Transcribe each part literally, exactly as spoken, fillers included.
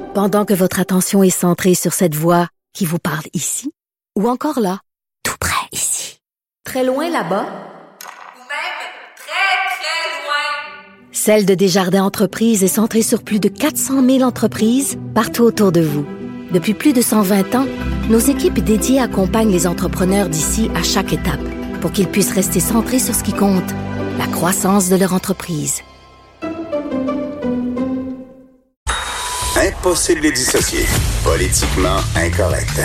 Pendant que votre attention est centrée sur cette voix qui vous parle ici, ou encore là, tout près ici, très loin là-bas, ou même très, très loin, Celle de Desjardins Entreprises est centrée sur plus de quatre cent mille entreprises partout autour de vous. Depuis plus de cent vingt ans, nos équipes dédiées accompagnent les entrepreneurs d'ici à chaque étape pour qu'ils puissent rester centrés sur ce qui compte, la croissance de leur entreprise. Impossible de dissocier. Politiquement incorrect.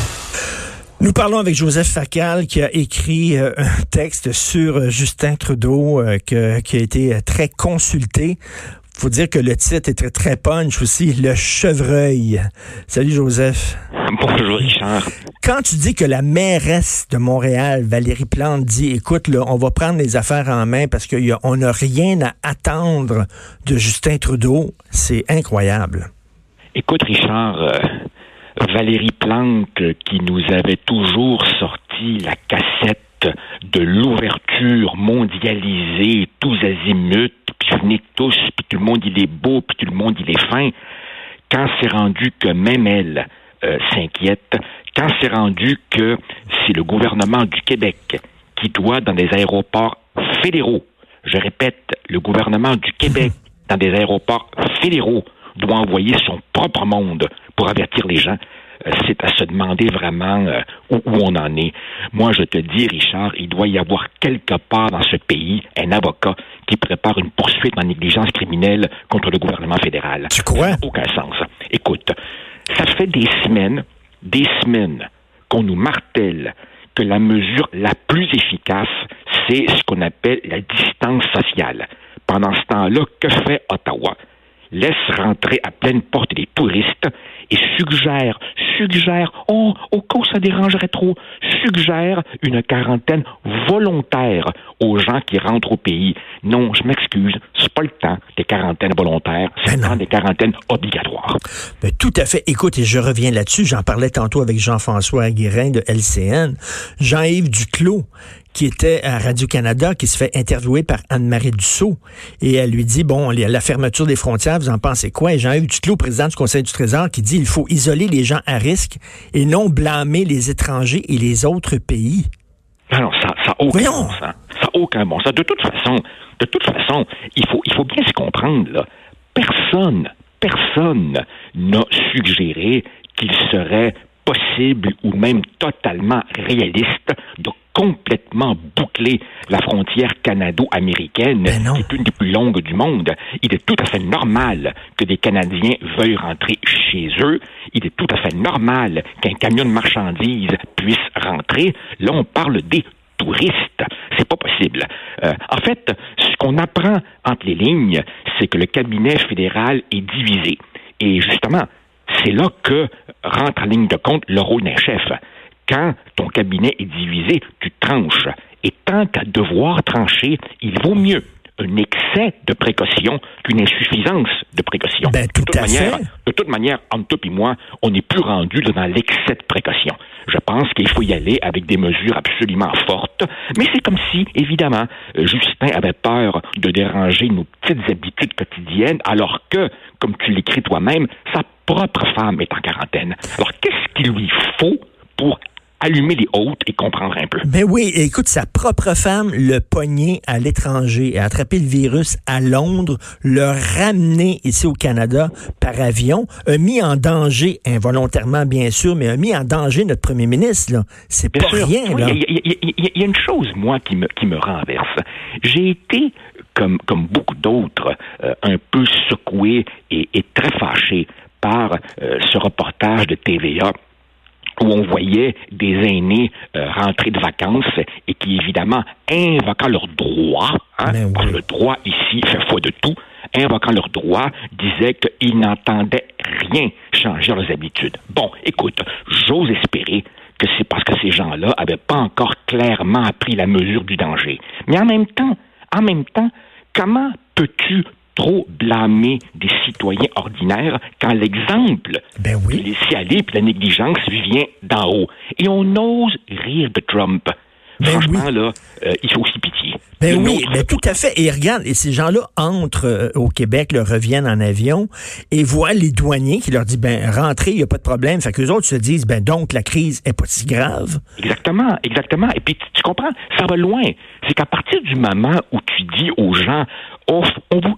Nous parlons avec Joseph Facal qui a écrit euh, un texte sur euh, Justin Trudeau euh, que, qui a été très consulté. Faut dire que le titre est très, très punch aussi, Le Chevreuil. Salut Joseph. Bonjour Richard. Quand tu dis que la mairesse de Montréal, Valérie Plante, dit, écoute, là, on va prendre les affaires en main parce qu'on n'a rien à attendre de Justin Trudeau, c'est incroyable. Écoute Richard, euh, Valérie Plante qui nous avait toujours sorti la cassette de l'ouverture mondialisée, tous azimuts, puis venez tous, puis tout le monde il est beau, puis tout le monde il est fin. Quand c'est rendu que même elle euh, s'inquiète, quand c'est rendu que c'est le gouvernement du Québec qui doit, dans des aéroports fédéraux, je répète, le gouvernement du Québec, dans des aéroports fédéraux, doit envoyer son propre monde pour avertir les gens, euh, c'est à se demander vraiment euh, où, où on en est. Moi, je te dis, Richard, il doit y avoir quelque part dans ce pays un avocat qui prépare une poursuite en négligence criminelle contre le gouvernement fédéral. Tu crois? Ça n'a aucun sens. Écoute, ça fait des semaines, des semaines qu'on nous martèle que la mesure la plus efficace, c'est ce qu'on appelle la distance sociale. Pendant ce temps-là, que fait Ottawa? Laisse rentrer à pleine porte des touristes et suggère, suggère, oh, au cas où ça dérangerait trop, suggère une quarantaine volontaire aux gens qui rentrent au pays. Non, je m'excuse, c'est pas le temps des quarantaines volontaires, c'est le temps des quarantaines obligatoires. Ben, tout à fait. Écoute, et je reviens là-dessus, j'en parlais tantôt avec Jean-François Guérin de L C N, Jean-Yves Duclos, qui était à Radio-Canada, qui se fait interviewer par Anne-Marie Dussault. Et elle lui dit, bon, la fermeture des frontières, vous en pensez quoi? Et Jean-Yves Duclos, président du Conseil du Trésor, qui dit, il faut isoler les gens à risque et non blâmer les étrangers et les autres pays. Non, ça n'a aucun bon sens. Ça n'a aucun bon sens. De toute façon, de toute façon, il faut, il faut bien se comprendre, là. Personne, personne n'a suggéré qu'il serait possible ou même totalement réaliste de complètement boucler la frontière canado-américaine, qui est une des plus longues du monde. Il est tout à fait normal que des Canadiens veuillent rentrer chez eux. Il est tout à fait normal qu'un camion de marchandises puisse rentrer. Là, on parle des touristes. C'est pas possible. Euh, en fait, ce qu'on apprend entre les lignes, c'est que le cabinet fédéral est divisé. Et justement, c'est là que rentre en ligne de compte le rôle d'un chef. Quand ton cabinet est divisé, tu tranches. Et tant qu'à devoir trancher, il vaut mieux un excès de précaution qu'une insuffisance de précaution. Ben, tout de toute à manière, fait. de toute manière, entre toi et moi, on n'est plus rendu là, dans l'excès de précaution. Je pense qu'il faut y aller avec des mesures absolument fortes, mais c'est comme si, évidemment, Justin avait peur de déranger nos petites habitudes quotidiennes, alors que, comme tu l'écris toi-même, sa propre femme est en quarantaine. Alors, qu'est-ce qu'il lui faut pour allumer les hôtes et comprendre un peu? Ben oui, écoute, sa propre femme le pogné à l'étranger, a attrapé le virus à Londres, le ramené ici au Canada par avion, a mis en danger, involontairement bien sûr, mais a mis en danger notre premier ministre, là. C'est bien pas sûr. rien, oui, là. Il y, y, y a une chose, moi, qui me, qui me renverse. J'ai été, comme, comme beaucoup d'autres, euh, un peu secoué et, et très fâché par euh, ce reportage de T V A où on voyait des aînés euh, rentrer de vacances et qui, évidemment, invoquant leurs droits, hein, oui. parce que le droit ici fait foi de tout, invoquant leurs droits, disaient qu'ils n'entendaient rien changer leurs habitudes. Bon, écoute, j'ose espérer que c'est parce que ces gens-là n'avaient pas encore clairement appris la mesure du danger. Mais en même temps, en même temps, comment peux-tu trop blâmer des citoyens ordinaires quand l'exemple ben oui. de laisser aller puis la négligence vient d'en haut. Et on ose rire de Trump. Ben franchement, oui. là, euh, il faut aussi pitié. Ben Une oui, autre- ben tout à fait. Et regarde, et ces gens-là entrent euh, au Québec, le reviennent en avion et voient les douaniers qui leur disent, ben rentrez, il n'y a pas de problème. Fait qu'eux autres se disent, ben donc la crise est pas si grave. Exactement, exactement. Et puis, tu, tu comprends, ça va loin. C'est qu'à partir du moment où tu dis aux gens, on, on vous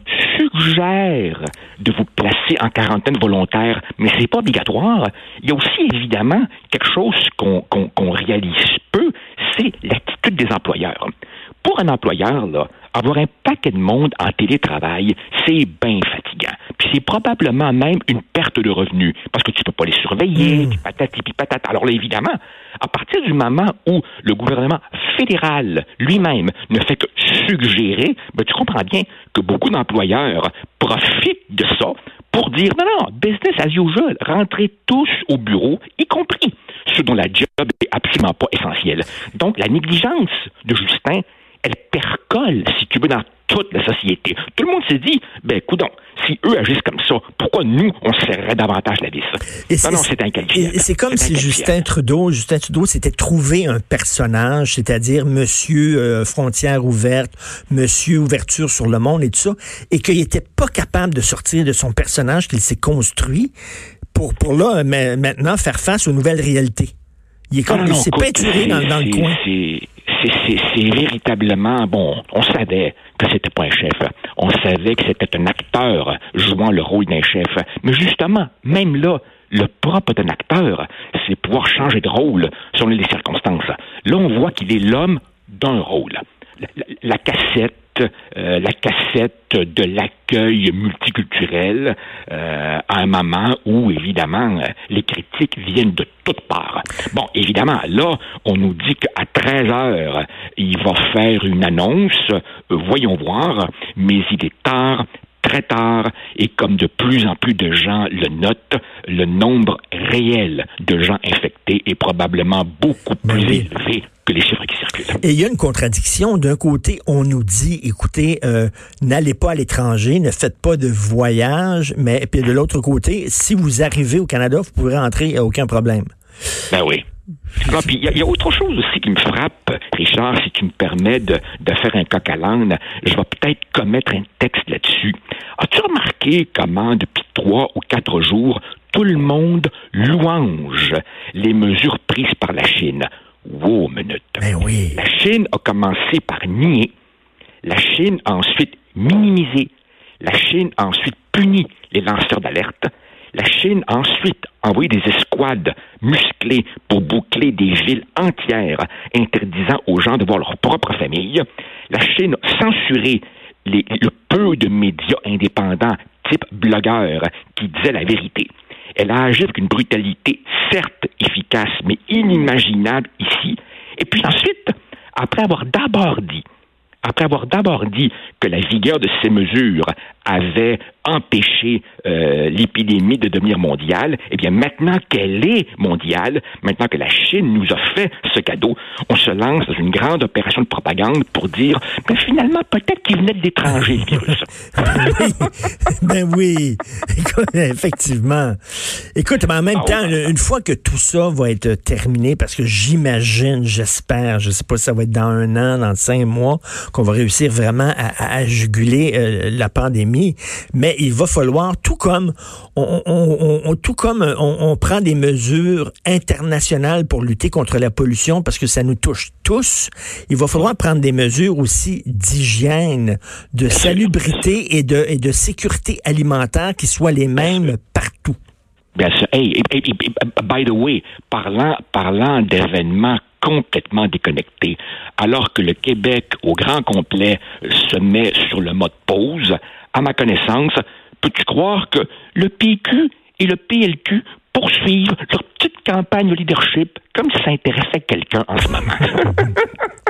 suggère de vous placer en quarantaine volontaire, mais c'est pas obligatoire. Il y a aussi, évidemment, quelque chose qu'on, qu'on, qu'on réalise peu, c'est l'attitude des employeurs. Pour un employeur, là, avoir un paquet de monde en télétravail, c'est bien fatigant. Puis c'est probablement même une perte de revenus, parce que tu peux pas les surveiller, puis patati puis patata. Alors là, évidemment, à partir du moment où le gouvernement fédéral lui-même ne fait que suggérer, ben, tu comprends bien que beaucoup d'employeurs profitent de ça pour dire, non, non, business as usual, rentrez tous au bureau, y compris ceux dont la job est absolument pas essentielle. Donc, la négligence de Justin, elle percole, si tu veux, dans toute la société. Tout le monde s'est dit, ben, coudonc, si eux agissent comme ça, pourquoi nous, on serrait davantage la vis? Et non, c'est, non, c'est inqualifiable. Et c'est comme C'est si inqualifiable. Justin Trudeau, Justin Trudeau s'était trouvé un personnage, c'est-à-dire Monsieur euh, Frontières ouvertes, Monsieur Ouverture sur le monde et tout ça, et qu'il n'était pas capable de sortir de son personnage qu'il s'est construit pour, pour là, ma- maintenant, faire face aux nouvelles réalités. Il est comme, Non, non, il s'est écoute, peinturé c'est- dans, dans le c'est- coin. C'est, c'est, c'est, c'est véritablement, bon, on savait que c'était pas un chef. On savait que c'était un acteur jouant le rôle d'un chef. Mais justement, même là, le propre d'un acteur, c'est pouvoir changer de rôle selon les circonstances. Là, on voit qu'il est l'homme d'un rôle. La, la, la cassette, euh, la cassette de l'accueil multiculturel euh, à un moment où, évidemment, euh, les critiques viennent de toutes parts. Bon, évidemment, là, on nous dit qu'à treize heures, il va faire une annonce, euh, voyons voir, mais il est tard, très tard, et comme de plus en plus de gens le notent, le nombre réel de gens infectés est probablement beaucoup plus oui. élevé que les chiffres qui circulent. Et il y a une contradiction. D'un côté, on nous dit, écoutez, euh, n'allez pas à l'étranger, ne faites pas de voyage, mais puis de l'autre côté, si vous arrivez au Canada, vous pourrez rentrer, il n'y a aucun problème. Ben oui. Alors, puis, il y, y a autre chose aussi qui me frappe, Richard, si tu me permets de, de faire un coq à l'âne. Je vais peut-être commettre un texte là-dessus. As-tu remarqué comment, depuis trois ou quatre jours, tout le monde louange les mesures prises par la Chine? Wow, minute. Ben oui. La Chine a commencé par nier. La Chine a ensuite minimisé. La Chine a ensuite puni les lanceurs d'alerte. La Chine a ensuite envoyé des escouades musclées pour boucler des villes entières, interdisant aux gens de voir leur propre famille. La Chine a censuré les, le peu de médias indépendants, type blogueurs, qui disaient la vérité. Elle a agi avec une brutalité certes efficace, mais inimaginable ici. Et puis ensuite, après avoir d'abord dit, après avoir d'abord dit que la vigueur de ces mesures avait empêché euh, l'épidémie de devenir mondiale, eh bien maintenant qu'elle est mondiale, maintenant que la Chine nous a fait ce cadeau, on se lance dans une grande opération de propagande pour dire, ben finalement, peut-être qu'il venait de l'étranger, le virus. oui. Ben oui. Écoute, effectivement. Écoute, mais en même Ah, temps, ouais. une fois que tout ça va être terminé, parce que j'imagine, j'espère, je sais pas si ça va être dans un an, dans cinq mois, qu'on va réussir vraiment à, à juguler euh, la pandémie, mais il va falloir, tout comme on, on, on, tout comme on, on prend des mesures internationales pour lutter contre la pollution, parce que ça nous touche tous, il va falloir prendre des mesures aussi d'hygiène, de salubrité et de, et de sécurité alimentaire qui soient les mêmes partout. Bien sûr. Hey, hey, hey, hey, by the way, parlant, parlant d'événements complètement déconnectés, alors que le Québec, au grand complet, se met sur le mode pause, à ma connaissance, peux-tu croire que le P Q et le P L Q poursuivent leur petite campagne de leadership comme si ça intéressait quelqu'un en ce moment?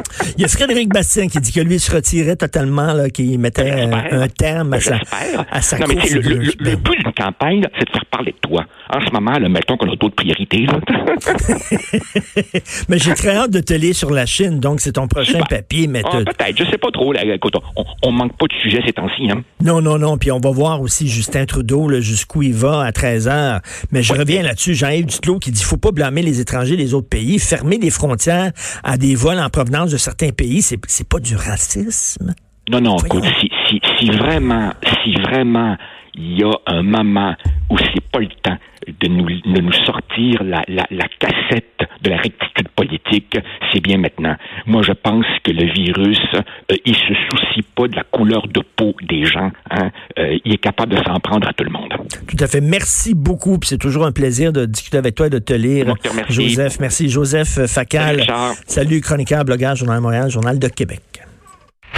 Il y a Frédéric Bastien qui dit que lui, il se retirait totalement, là, qu'il mettait un, un terme à sa, à sa non, mais course. Le, le, le, le but d'une campagne, là, c'est de faire parler de toi. En ce moment, là, mettons qu'on a d'autres priorités. Là. Mais j'ai très hâte de te lire sur la Chine, donc c'est ton prochain papier. Mais ah, peut-être, je sais pas trop. Là, écoute, on, on manque pas de sujets ces temps-ci. Hein. Non, non, non. Puis on va voir aussi Justin Trudeau, là, jusqu'où il va à treize heures. Mais je ouais. reviens là-dessus. Jean-Yves Duclos qui dit faut pas blâmer les étrangers des autres pays. Fermer les frontières à des vols en provenance de certains pays, c'est, c'est pas du racisme. Non, non, Voyons. écoute, si, si, si vraiment, si vraiment il y a un moment où c'est pas le temps de nous, de nous sortir la, la, la cassette de la rectitude politique, c'est bien maintenant. Moi, je pense que le virus, euh, il se soucie pas de la couleur de peau des gens. Hein? Euh, il est capable de s'en prendre à tout le monde. Tout à fait. Merci beaucoup. Puis c'est toujours un plaisir de discuter avec toi et de te lire. Joseph, merci. Joseph Facal. Salut, Salut chroniqueur, blogueur, Journal de Montréal, Journal de Québec.